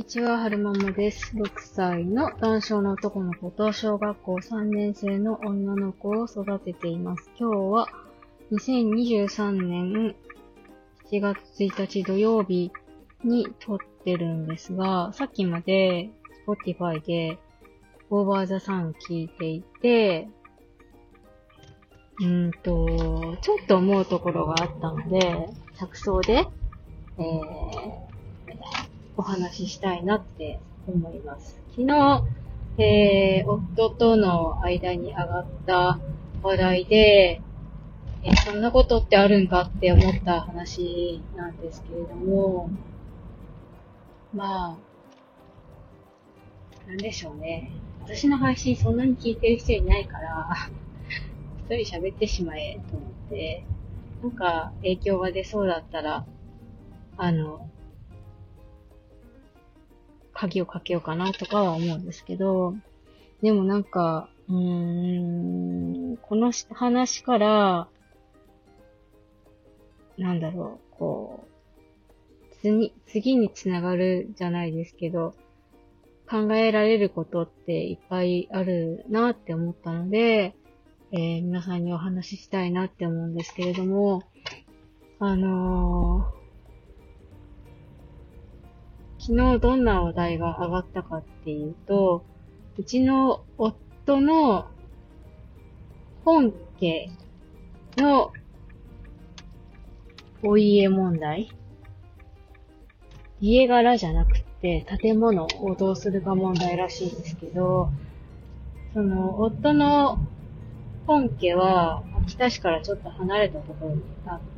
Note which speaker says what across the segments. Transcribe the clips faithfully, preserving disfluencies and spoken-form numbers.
Speaker 1: ちは、はるままです。ろくさいの男性の男の子と小学校さんねん生の女の子を育てています。今日はにせんにじゅうさんねんしちがつついたち土曜日に撮ってるんですが、さっきまで Spotify で Over the Sun 聞いていて、うーんと、ちょっと思うところがあったので、着想で、えーお話ししたいなって思います。昨日、えー、夫との間に上がった話題で、えそんなことってあるんかって思った話なんですけれども、まあ、なんでしょうね。私の配信そんなに聞いてる人いないから、一人喋ってしまえと思って、なんか影響が出そうだったら、あの、鍵をかけようかなとかは思うんですけど、でもなんか、うーん、この話から、なんだろう、こう、次、次につながるじゃないですけど、考えられることっていっぱいあるなって思ったので、えー、皆さんにお話ししたいなって思うんですけれども、あのー、昨日どんな話題が上がったかっていうと、うちの夫の本家のお家問題、家柄じゃなくて建物をどうするか問題らしいんですけど、その夫の本家は秋田市からちょっと離れたところにあって、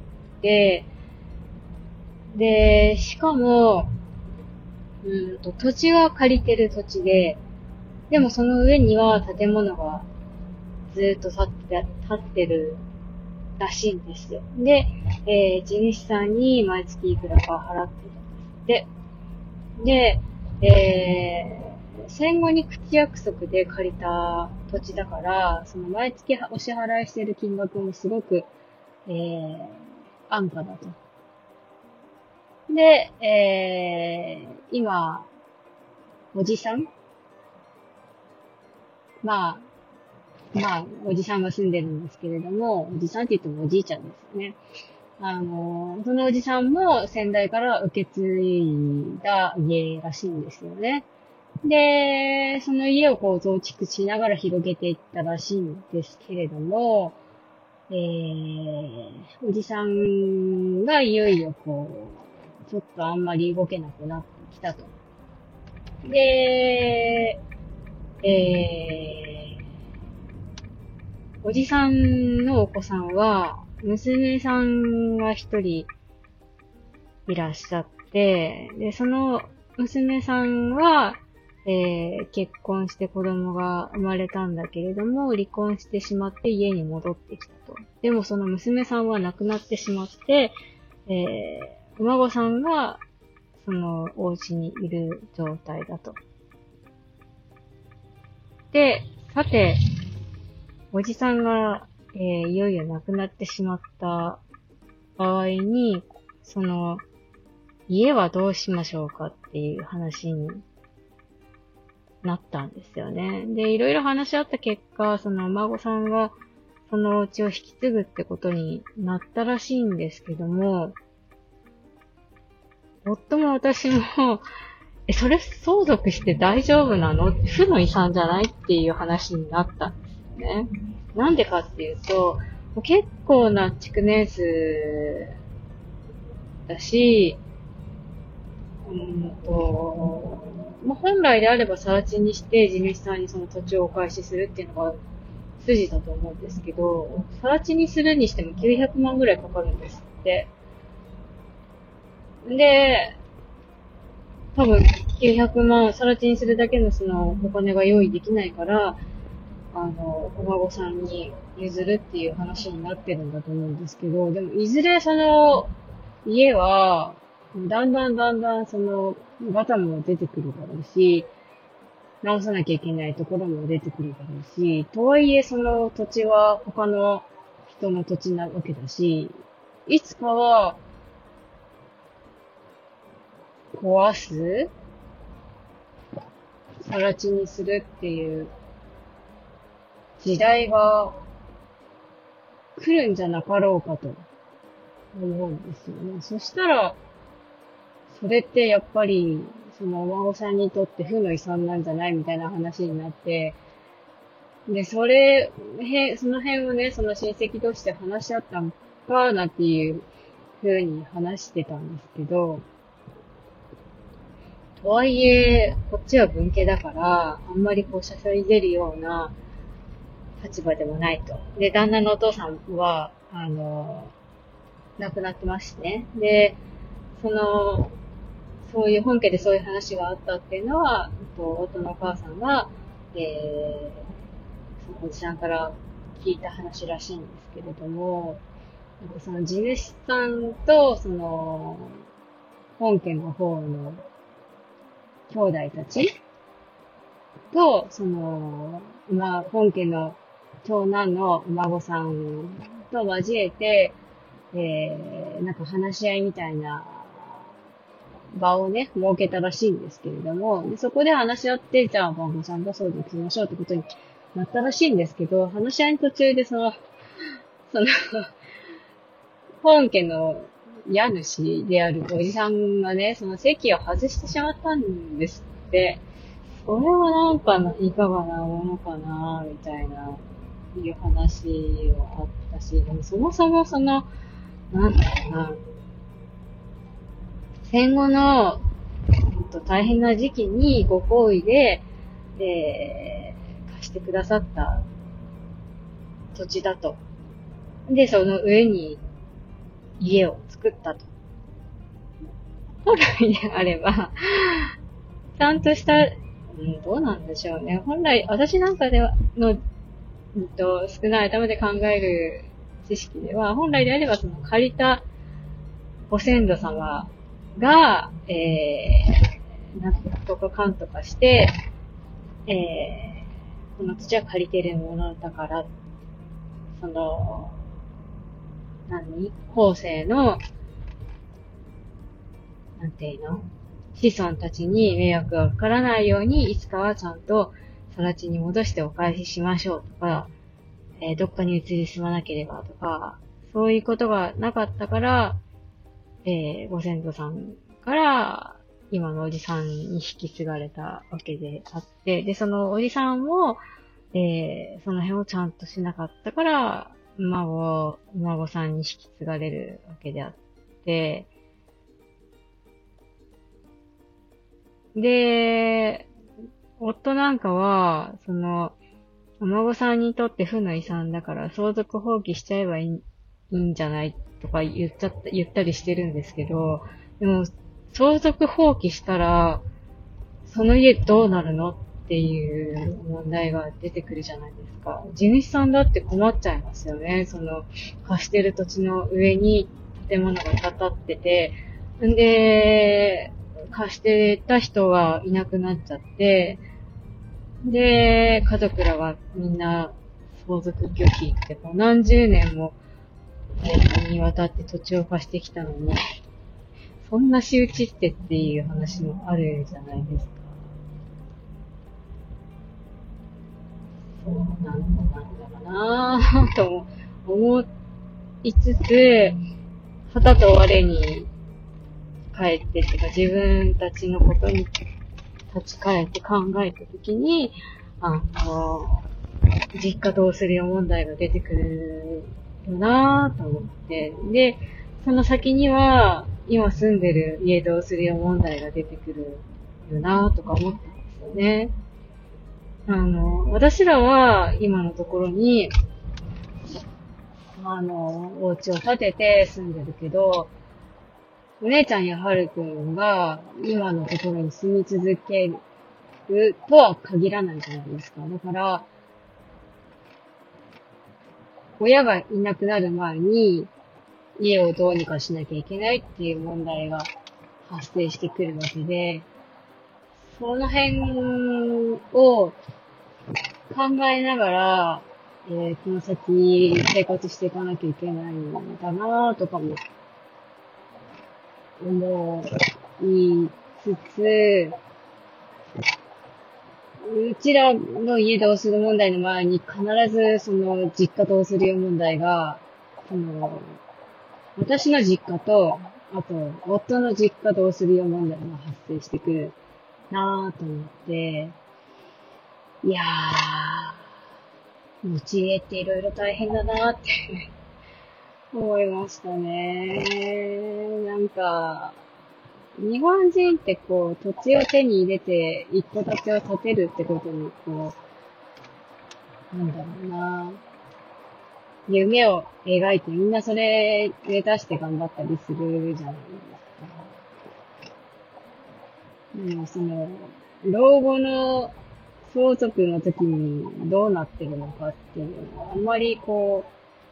Speaker 1: で、しかも、うんと土地は借りてる土地で、でもその上には建物がずーっと建って建ってるらしいんですよ。で、えー、地主さんに毎月いくらか払ってるんですって。で、えー、戦後に口約束で借りた土地だから、その毎月お支払いしてる金額もすごく、えー、安価だと。で、えー、今、おじさんまあ、まあ、おじさんが住んでるんですけれども、おじさんって言ってもおじいちゃんですよね。あの、そのおじさんも先代から受け継いだ家らしいんですよね。で、その家をこう増築しながら広げていったらしいんですけれども、えー、おじさんがいよいよこう、ちょっとあんまり動けなくなってきたと。で、えー、おじさんのお子さんは、娘さんが一人いらっしゃって、で、その娘さんは、えー、結婚して子供が生まれたんだけれども、離婚してしまって家に戻ってきたと。でもその娘さんは亡くなってしまって、えー、お孫さんが、そのお家にいる状態だと。で、さて、おじさんが、えー、いよいよ亡くなってしまった場合に、その、家はどうしましょうかっていう話になったんですよね。で、いろいろ話し合った結果、そのお孫さんがそのお家を引き継ぐってことになったらしいんですけども、夫も私も、え、それ相続して大丈夫なの？負の遺産じゃないっていう話になったんですよね。なんでかっていうと、結構な築年数だし、うんと、まあ、本来であれば更地にして地主さんにその土地をお返しするっていうのが筋だと思うんですけど、更地にするにしてもきゅうひゃくまんぐらいかかるんですって。で、多分きゅうひゃくまん、更地にするだけのそのお金が用意できないから、あの、お孫さんに譲るっていう話になってるんだと思うんですけど、でもいずれその家は、だんだんだんだんそのガタも出てくるだろうし、直さなきゃいけないところも出てくるだろうし、とはいえその土地は他の人の土地なわけだし、いつかは壊す更地にするっていう時代が来るんじゃなかろうかと思うんですよね。そしたら、それってやっぱり、そのお孫さんにとって負の遺産なんじゃないみたいな話になって、で、それ、へ、その辺をね、その親戚として話し合ったのかなっていう風に話してたんですけど、とはいえ、こっちは文系だから、あんまりこう、しゃしゃり出るような立場でもないと。で、旦那のお父さんは、あの、亡くなってますしね。で、その、そういう本家でそういう話があったっていうのは、夫のお母さんが、えー、そのおじさんから聞いた話らしいんですけれども、その地主さんと、その、本家の方の兄弟たちと、その、まあ、本家の長男のお孫さんと交えて、えー、なんか話し合いみたいな場をね、設けたらしいんですけれども、でそこで話し合って、じゃあ、お孫さんとそうできましょうってことになったらしいんですけど、話し合いの途中でその、その、本家の家主であるおじさんがね、その席を外してしまったんですって。それはなんかいかがなものかな、みたいな、いう話はあったし、でもそもそもその、なんだろうな、戦後の、大変な時期にご厚意で、えー、貸してくださった土地だと。で、その上に家を作ったと。本来であれば、ちゃんとした、うん、どうなんでしょうね。本来、私なんかでは、の、うんと、少ない頭で考える知識では、本来であればその借りたご先祖様が、えー、なんとかかんとかして、えー、この土地は借りてるものだから、その、何後世の、なんていうの子孫たちに迷惑がかからないように、いつかはちゃんと更地に戻してお返ししましょうとか、えー、どっかに移り住まなければとか、そういうことがなかったから、えー、ご先祖さんから今のおじさんに引き継がれたわけであって、で、そのおじさんも、えー、その辺をちゃんとしなかったから、孫、孫さんに引き継がれるわけであって、で、夫なんかは、その、お孫さんにとって負の遺産だから相続放棄しちゃえばいい、いいんじゃないとか言っちゃった、言ったりしてるんですけど、でも、相続放棄したら、その家どうなるのっていう問題が出てくるじゃないですか。地主さんだって困っちゃいますよね。その、貸してる土地の上に建物が建ってて、んで、貸してた人がいなくなっちゃって、で、家族らはみんな相続拒否ってこう何十年もにわたって土地を貸してきたのに、そんな仕打ちってっていう話もあるじゃないですか。そうなんだなんだろうなぁと思いつつ、旗と我に帰ってってか自分たちのことに立ち返って考えたときに、あの、実家どうするよ問題が出てくるよなぁと思って、で、その先には、今住んでる家どうするよ問題が出てくるよなぁとか思ったんですよね。あの、私らは今のところに、あの、お家を建てて住んでるけど、お姉ちゃんやはるくんが今のところに住み続けるとは限らないじゃないですか。だから、親がいなくなる前に家をどうにかしなきゃいけないっていう問題が発生してくるわけで、その辺を考えながら、えー、この先生活していかなきゃいけないんだなぁとかも思いつつ、 うちらの家どうする問題の前に必ずその実家どうするよ問題が、その、私の実家と、あと、夫の実家どうするよ問題が発生してくるなぁと思って、いやー、持ち家っていろいろ大変だなーって思いましたね。なんか、日本人ってこう、土地を手に入れて、一戸建てを建てるってことに、こう、なんだろうな、夢を描いてみんなそれ目指して頑張ったりするじゃないですか。でもその、老後の相続の時にどうなってるのかっていうのは、あんまりこ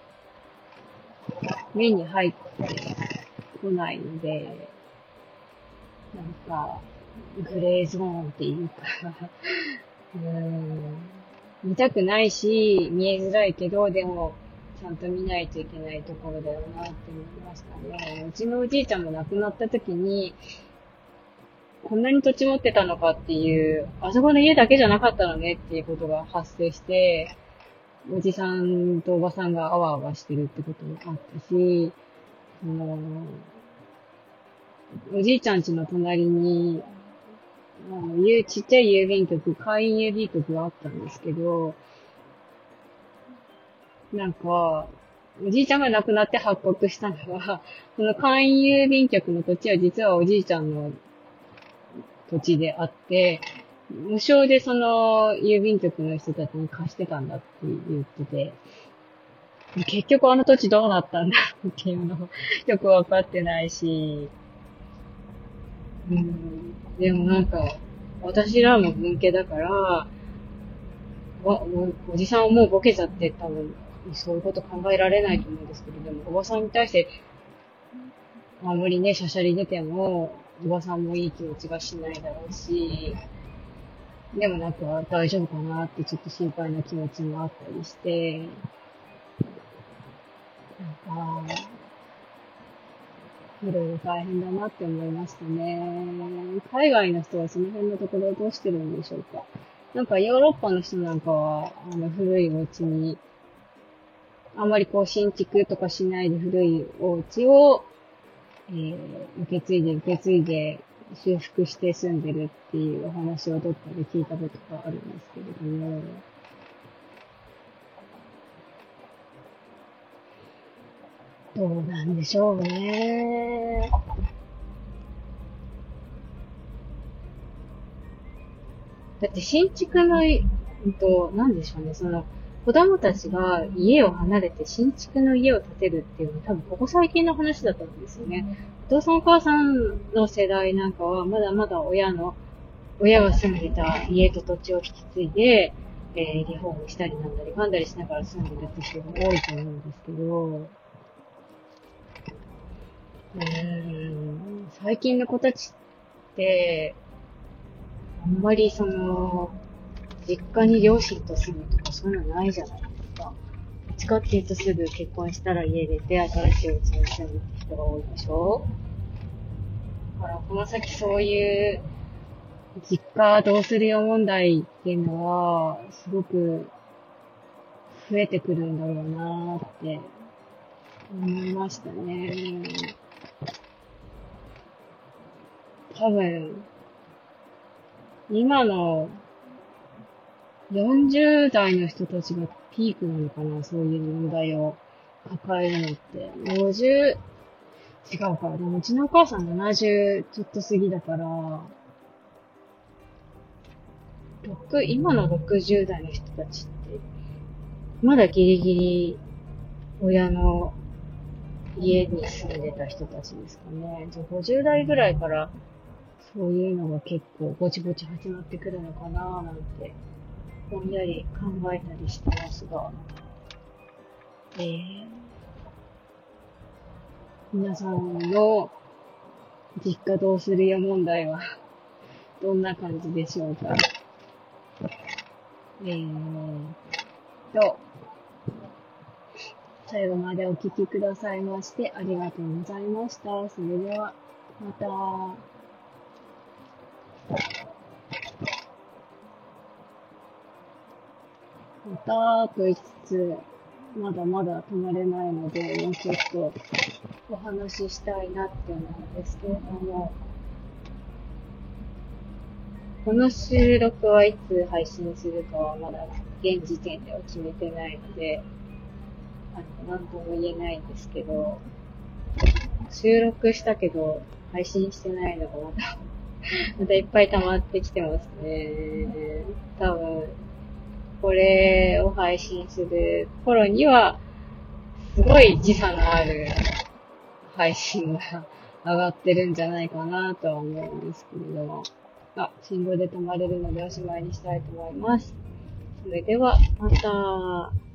Speaker 1: う、目に入ってこないので、なんか、グレーゾーンっていうかうーん、見たくないし、見えづらいけど、でも、ちゃんと見ないといけないところだよなって思いましたね。うちのおじいちゃんも亡くなった時に、こんなに土地持ってたのかっていう、あそこの家だけじゃなかったのねっていうことが発生して、おじさんとおばさんがあわあわしてるってこともあったし、その、おじいちゃん家の隣に、あの、ゆちっちゃい郵便局、簡易郵便局があったんですけど、なんか、おじいちゃんが亡くなって発覚したのは、その簡易郵便局の土地は実はおじいちゃんの土地であって、無償でその郵便局の人たちに貸してたんだって言ってて、結局あの土地どうなったんだっていうのもよくわかってないし、うん、でもなんか、私らも文系だから、お、お、おじさんはもうボケちゃって多分、そういうこと考えられないと思うんですけど、でもおばさんに対して、あんまりね、しゃしゃり出ても、おばさんもいい気持ちがしないだろうし、でもなんか大丈夫かなってちょっと心配な気持ちもあったりして、なんか、いろいろ大変だなって思いましたね。海外の人はその辺のところをどうしてるんでしょうか。なんかヨーロッパの人なんかは、あの古いお家に、あんまりこう新築とかしないで古いお家を、えー、受け継いで受け継いで修復して住んでるっていうお話をどっかで聞いたことがあるんですけれども、どうなんでしょうね。だって新築の、うんと、なんでしょうね、その、子供たちが家を離れて新築の家を建てるっていうのは多分ここ最近の話だったんですよね。お父さんお母さんの世代なんかはまだまだ親の、親が住んでた家と土地を引き継いで、えー、リフォームしたりなんだり、かんだりしながら住んでるって人が多いと思うんですけど、うーん、最近の子たちって、あんまりその、実家に両親と住むとかそういうのないじゃないですか。どっちかっていうとすぐ結婚したら家出て新しいお家に住むって人が多いでしょ。だからこの先そういう実家どうするよ問題っていうのはすごく増えてくるんだろうなーって思いましたね。多分、今のよんじゅう代の人たちがピークなのかな、そういう問題を抱えるのって。ごじゅう、違うから、でもうちのお母さんななじゅうちょっと過ぎだから、ろく、今のろくじゅう代の人たちって、まだギリギリ親の家に住んでた人たちですかね。じゃあごじゅう代ぐらいからそういうのが結構ぼちぼち始まってくるのかななんて、ぼんやり考えたりしてますが、えー、皆さんの実家どうするよ問題はどんな感じでしょうか。えーと、最後までお聞きくださいましてありがとうございました。それでは、また。 またと言いつつ、まだまだ止まれないので、もうちょっとお話ししたいなって思うんですけれども、この収録はいつ配信するかはまだ現時点では決めてないので、あの、なんとも言えないんですけど、収録したけど配信してないのがまたまたいっぱい溜まってきてますね。多分、これを配信する頃には、すごい時差のある配信が上がってるんじゃないかなとは思うんですけれども。あ、信号で止まれるのでおしまいにしたいと思います。それでは、また。